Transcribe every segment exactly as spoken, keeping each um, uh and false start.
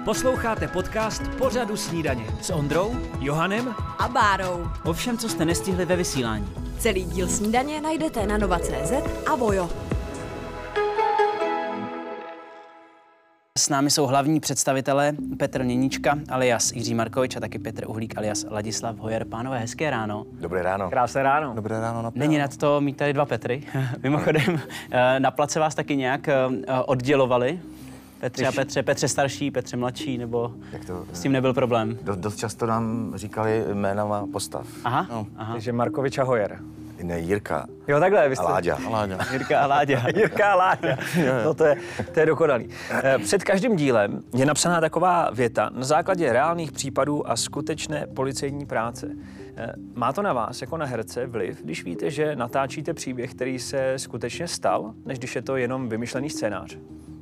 Posloucháte podcast Pořadu snídaně s Ondrou, Johanem a Bárou. O všem, co jste nestihli ve vysílání. Celý díl snídaně najdete na nova tečka cé zet a Vojo. S námi jsou hlavní představitelé Petr Měníčka alias Jiří Markovič a taky Petr Uhlík alias Ladislav Hojer. Pánové, hezké ráno. Dobré ráno. Krásné ráno. Dobré ráno. Na Není nad to mít tady dva Petry. Mimochodem, na place vás taky nějak oddělovali? Petře a Petře, Petře starší, Petře mladší, nebo to, s tím nebyl problém? Do, dost často nám říkali jménama postav. Aha, no. aha. Takže Markovič a Hojer. Ne, Jirka. Jo, takhle, vy jste... A Láďa. A Láďa. Jirka a Láďa. Jirka a Láďa. No to je, to je dokonalý. Před každým dílem je napsaná taková věta na základě reálných případů a skutečné policejní práce. Má to na vás, jako na herce, vliv, když víte, že natáčíte příběh, který se skutečně stal, než když je to jenom vymyšlený scénář?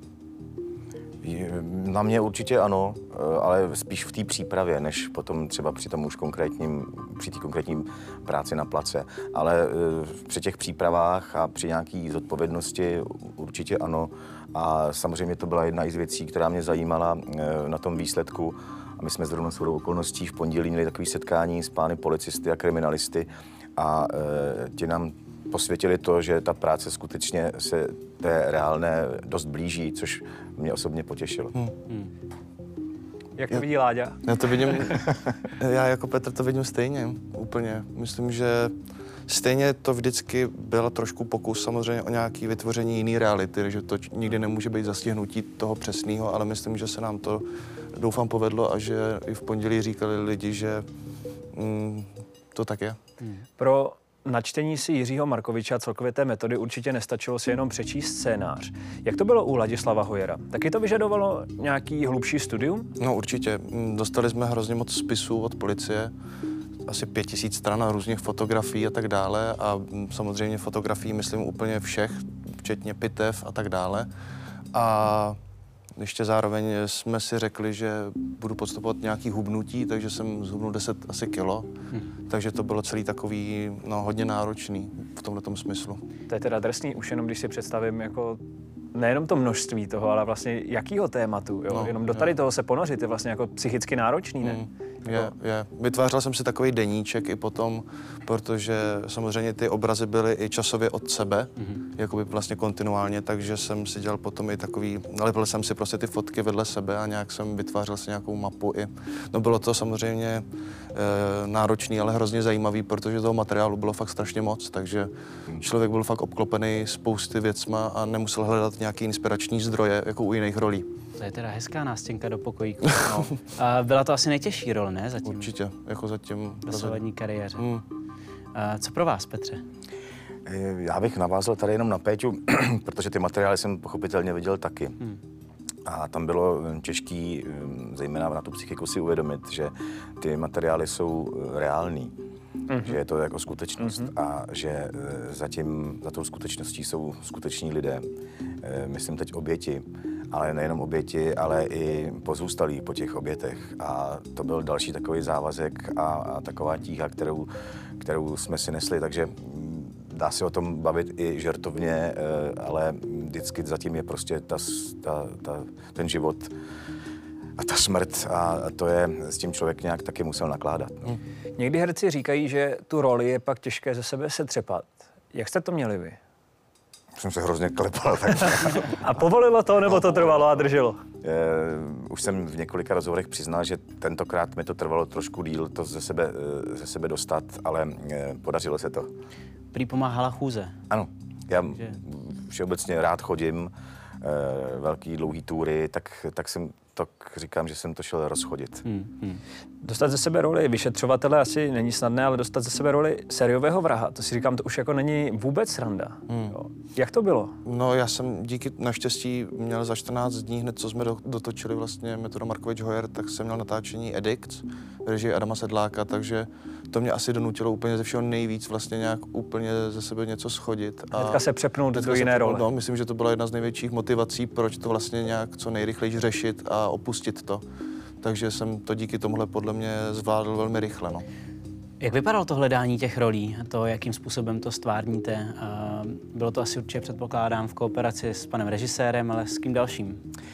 Na mě určitě ano, ale spíš v té přípravě, než potom třeba při tom už konkrétním, při té konkrétní práci na place. Ale při těch přípravách a při nějaké zodpovědnosti určitě ano. A samozřejmě to byla jedna z věcí, která mě zajímala na tom výsledku. A my jsme zrovna shodou okolností v pondělí měli takové setkání s pány policisty a kriminalisty a ti nám posvětili to, že ta práce skutečně se té reálné dost blíží, což mě osobně potěšilo. Hmm. Hmm. Jak to vidí Láďa? Já to vidím, já jako Petr to vidím stejně, úplně. Myslím, že stejně to vždycky byl trošku pokus samozřejmě o nějaké vytvoření jiné reality, že to nikdy nemůže být zastihnutí toho přesného, ale myslím, že se nám to, doufám, povedlo a že i v pondělí říkali lidi, že mm, to tak je. Hmm. Pro na čtení si Jiřího Markoviče a celkově té metody určitě nestačilo si jenom přečíst scénář. Jak to bylo u Ladislava Hojera? Taky to vyžadovalo nějaký hlubší studium? No určitě. Dostali jsme hrozně moc spisů od policie, asi pět tisíc stran a různých fotografií a tak dále a samozřejmě fotografií myslím úplně všech, včetně pitev a tak dále. A ještě zároveň jsme si řekli, že budu podstupovat nějaký hubnutí, takže jsem zhubnul deset asi kilo. Hmm. Takže to bylo celý takový, no, hodně náročný v tomhletom smyslu. To je teda drsný, už jenom když si představím jako nejenom to množství toho, ale vlastně jakýho tématu, jo? No, jenom do tady je. Toho se ponořit je vlastně jako psychicky náročný, ne? Hmm. Je, je. Vytvářel jsem si takový deníček i potom, protože samozřejmě ty obrazy byly i časově od sebe, mm-hmm. jakoby vlastně kontinuálně, takže jsem si dělal potom i takový, nalepil jsem si prostě ty fotky vedle sebe a nějak jsem vytvářel si nějakou mapu i. No bylo to samozřejmě e, náročný, ale hrozně zajímavý, protože toho materiálu bylo fakt strašně moc, takže člověk byl fakt obklopený spousty věcma a nemusel hledat nějaký inspirační zdroje, jako u jiných rolí. To je teda hezká nástěnka do pokojíku. No. A byla to asi nejtěžší role, ne? Zatím. Určitě, jako zatím. V dosavadní kariéře. Hmm. A co pro vás, Petře? Já bych navázal tady jenom na Péťu, protože ty materiály jsem pochopitelně viděl taky. Hmm. A tam bylo těžký, zejména na tu psychiku si uvědomit, že ty materiály jsou reální. Mm-hmm. Že je to jako skutečnost mm-hmm. a že zatím, za tou skutečností jsou skuteční lidé. Myslím teď oběti, ale nejenom oběti, ale i pozůstalí po těch obětech. A to byl další takový závazek a, a taková tíha, kterou, kterou jsme si nesli, takže dá se o tom bavit i žertovně, ale vždycky zatím je prostě ta, ta, ta, ten život a ta smrt a to je, s tím člověk nějak taky musel nakládat. No. Někdy herci říkají, že tu roli je pak těžké ze sebe setřepat. Jak jste to měli vy? Jsem se hrozně klepal. Tak... A povolilo to, nebo to trvalo a drželo? Je, už jsem v několika rozhovorech přiznal, že tentokrát mi to trvalo trošku díl to ze sebe, ze sebe dostat, ale podařilo se to. Prý pomáhala chůze. Ano, já že... všeobecně rád chodím, velký dlouhý túry, tak, tak jsem tak říkám, že jsem to šel rozchodit. Hmm, hmm. Dostat ze sebe roli vyšetřovatele asi není snadné, ale dostat ze sebe roli sériového vraha, to si říkám, to už jako není vůbec sranda. Hmm. Jak to bylo? No já jsem díky naštěstí měl za čtrnáct dní, hned co jsme do, dotočili vlastně metodu Markovič Hojer, tak jsem měl natáčení Edict v režii Adama Sedláka, takže to mě asi donutilo úplně ze všeho nejvíc vlastně nějak úplně ze sebe něco schodit. A hnedka se přepnout do jiné role. No, myslím, že to byla jedna z největších motivací, proč to vlastně nějak co nejrychleji řešit a opustit to. Takže jsem to díky tomuhle podle mě zvládl velmi rychle. No. Jak vypadalo to hledání těch rolí, to, jakým způsobem to stvárníte? Bylo to asi určitě, předpokládám, v kooperaci s panem režisérem, ale s kým dalším?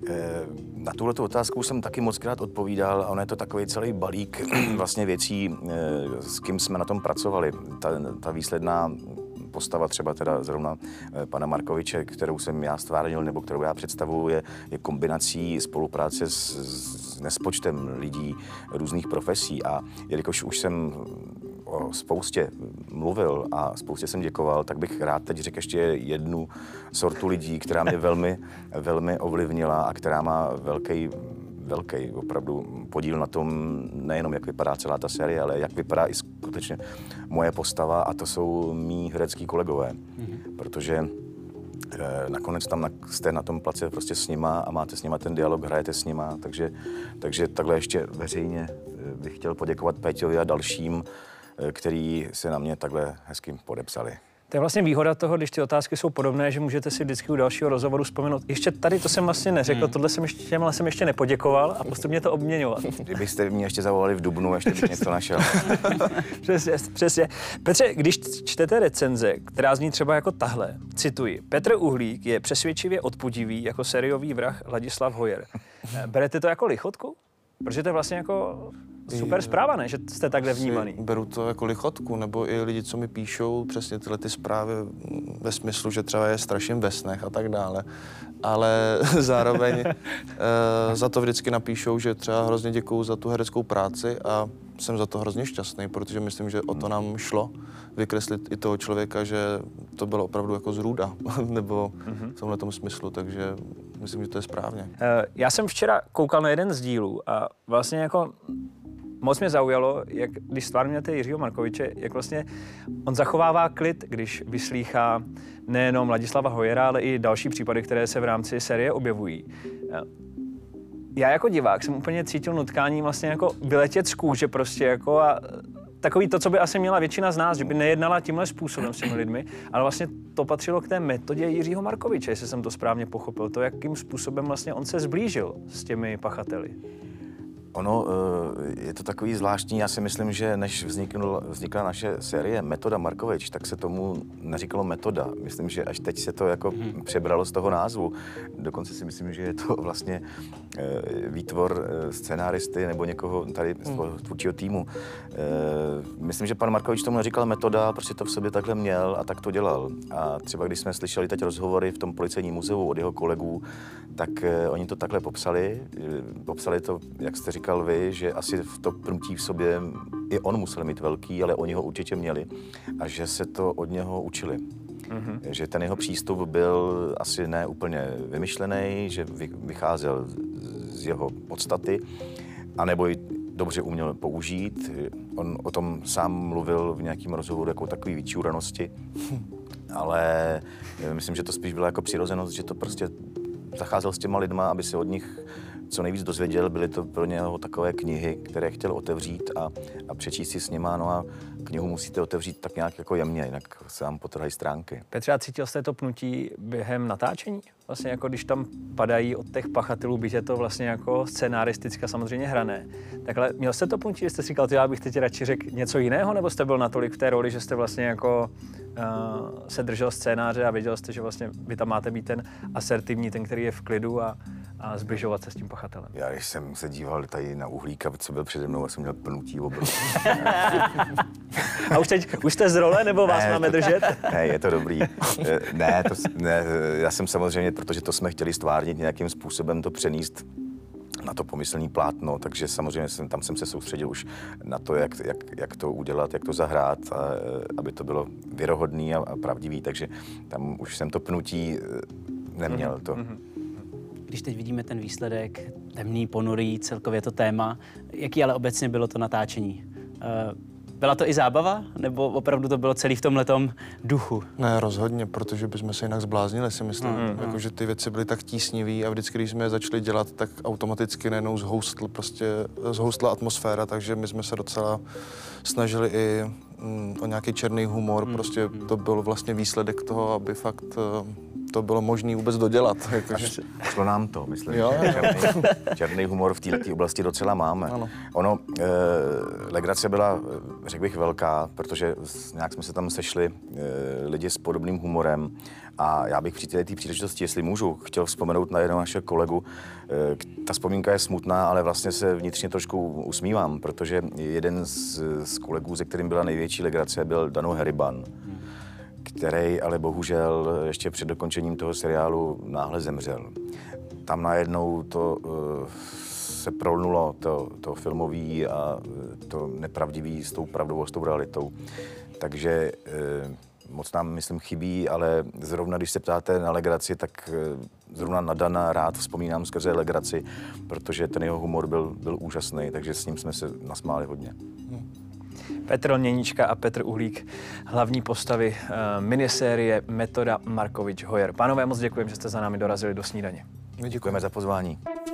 Na tuhletu otázku jsem taky mockrát odpovídal a ono je to takový celý balík vlastně věcí, s kým jsme na tom pracovali. Ta, ta výsledná postava třeba teda zrovna pana Markoviče, kterou jsem já stvárnil nebo kterou já představuji, je, je kombinací spolupráce s, s nespočtem lidí různých profesí a jelikož už jsem o spoustě mluvil a spoustě jsem děkoval, tak bych rád teď řekl ještě jednu sortu lidí, která mě velmi, velmi ovlivnila a která má velký, velký opravdu podíl na tom, nejenom jak vypadá celá ta série, ale jak vypadá i skutečně moje postava a to jsou mý herecký kolegové, mm-hmm. protože eh, nakonec tam na, jste na tom place prostě s nima a máte s nima ten dialog, hrajete s nima, takže, takže takhle ještě veřejně bych chtěl poděkovat Péťovi a dalším, který se na mě takhle hezky podepsali. To je vlastně výhoda toho, když ty otázky jsou podobné, že můžete si vždycky u dalšího rozhovoru vzpomenout. Ještě tady to jsem vlastně neřekl, hmm. tohle jsem ještě, těmhle jsem ještě nepoděkoval a postupně to obměňovat. Kdybyste mě ještě zavolali v dubnu, ještě bych něco našel. Přesně, přesně. Petře, když čtete recenze, která zní třeba jako tahle, cituji, Petr Uhlík je přesvědčivě odpudivý jako sériový vrah Ladislav Hojer. Berete to jako lichotku? Protože to je vlastně jako super zpráva, ne? Že jste takhle vnímaný. Beru to jako lichotku, nebo i lidi, co mi píšou přesně tyhle ty zprávy ve smyslu, že třeba je straším ve snech a tak dále. Ale zároveň e, za to vždycky napíšou, že třeba hrozně děkuju za tu hereckou práci a jsem za to hrozně šťastný, protože myslím, že o to nám šlo vykreslit i toho člověka, že to bylo opravdu jako zrůda, nebo mm-hmm. v tomhle tom smyslu, takže myslím, že to je správně. Já jsem včera koukal na jeden z dílů a vlastně jako moc mě zaujalo, jak když stvárňujete Jiřího Markoviče, jak vlastně on zachovává klid, když vyslýchá nejenom Ladislava Hojera, ale i další případy, které se v rámci série objevují. Já jako divák jsem úplně cítil nutkání vlastně jako vyletět z kůže prostě jako a takový to, co by asi měla většina z nás, že by nejednala tímhle způsobem s těmi lidmi, ale vlastně to patřilo k té metodě Jiřího Markoviče, jestli jsem to správně pochopil, to, jakým způsobem vlastně on se zblížil s těmi pachateli. Ono je to takový zvláštní, já si myslím, že než vzniknul, vznikla naše série Metoda Markovič, tak se tomu neříkalo metoda. Myslím, že až teď se to jako mm-hmm. přebralo z toho názvu. Dokonce si myslím, že je to vlastně výtvor scenáristy nebo někoho tady z toho tvůrčího týmu. Myslím, že pan Markovič tomu neříkal metoda, prostě to v sobě takhle měl a tak to dělal. A třeba když jsme slyšeli teď rozhovory v tom Policejním muzeu od jeho kolegů, tak oni to takhle popsali. Popsali to, jak jste říkal vy, že asi v to pnutí v sobě i on musel mít velký, ale oni ho určitě měli a že se to od něho učili. Mm-hmm. Že ten jeho přístup byl asi ne úplně vymyšlený, že vycházel z jeho podstaty, anebo ji dobře uměl použít. On o tom sám mluvil v nějakém rozhovoru jako takový vyčuranosti, ale myslím, že to spíš byla jako přirozenost, že to prostě zacházel s těma lidma, aby se od nich co nejvíc dozvěděl. Byly to pro něho takové knihy, které chtěl otevřít a, a přečíst si s nima. No a knihu musíte otevřít tak nějak jako jemně, jinak se vám potrhají stránky. Petře, a cítil jste to pnutí během natáčení? Vlastně jako když tam padají od těch pachatelů, byť je to vlastně jako scenaristicky samozřejmě hrané. Takhle měl jste to pnutí, jste si říkal, já bych teď radši řekl něco jiného, nebo jste byl natolik v té roli, že jste vlastně jako uh, se držel scénáře a věděl jste, že vlastně vy tam máte být ten asertivní, ten, který je v klidu a, a zbližovat se s tím pachatelem? Já když jsem se díval tady na Uhlíka, co byl přede mnou, a jsem měl pnutí obrovské. A už teď, už jste z role, nebo vás ne, máme to, držet? Ne, je to dobrý. Ne, to, ne, já jsem samozřejmě, protože to jsme chtěli stvárnit nějakým způsobem, to přenést na to pomyslný plátno, takže samozřejmě jsem, tam jsem se soustředil už na to, jak, jak, jak to udělat, jak to zahrát, a, aby to bylo věrohodný a, a pravdivý, takže tam už jsem to pnutí neměl. To. Když teď vidíme ten výsledek, temný, ponurý, celkově to téma, jaký ale obecně bylo to natáčení? Byla to i zábava, nebo opravdu to bylo celý v tomhletom duchu? Ne, rozhodně, protože bychom se jinak zbláznili, si myslím. Mm, jako, že ty věci byly tak tísnivý a vždycky, když jsme je začali dělat, tak automaticky najednou zhoustl, prostě zhoustla atmosféra, takže my jsme se docela snažili i mm, o nějaký černý humor, mm, prostě mm. to byl vlastně výsledek toho, aby fakt to bylo možné vůbec dodělat. Jakože... Šlo nám to, myslím, Jo, že jo. černý, černý humor v této oblasti docela máme. Ano. Ono, e, legrace byla, řekl bych, velká, protože nějak jsme se tam sešli e, lidi s podobným humorem a já bych při té příležitosti, jestli můžu, chtěl vzpomenout na jednoho našeho kolegu. E, ta vzpomínka je smutná, ale vlastně se vnitřně trošku usmívám, protože jeden z, z kolegů, se kterým byla největší legrace, byl Dano Heriban, který ale bohužel ještě před dokončením toho seriálu náhle zemřel. Tam najednou to uh, se prolnulo, to, to filmový a to nepravdivý s tou pravdou a s tou realitou. Takže uh, moc nám, myslím, chybí, ale zrovna, když se ptáte na legraci, tak uh, zrovna na Dana rád vzpomínám skrze legraci, protože ten jeho humor byl, byl úžasný, takže s ním jsme se nasmáli hodně. Petr Lněníčka a Petr Uhlík, hlavní postavy uh, minisérie Metoda Markovič Hoyer. Pánové, moc děkujeme, že jste za námi dorazili do snídaně. Děkujeme za pozvání.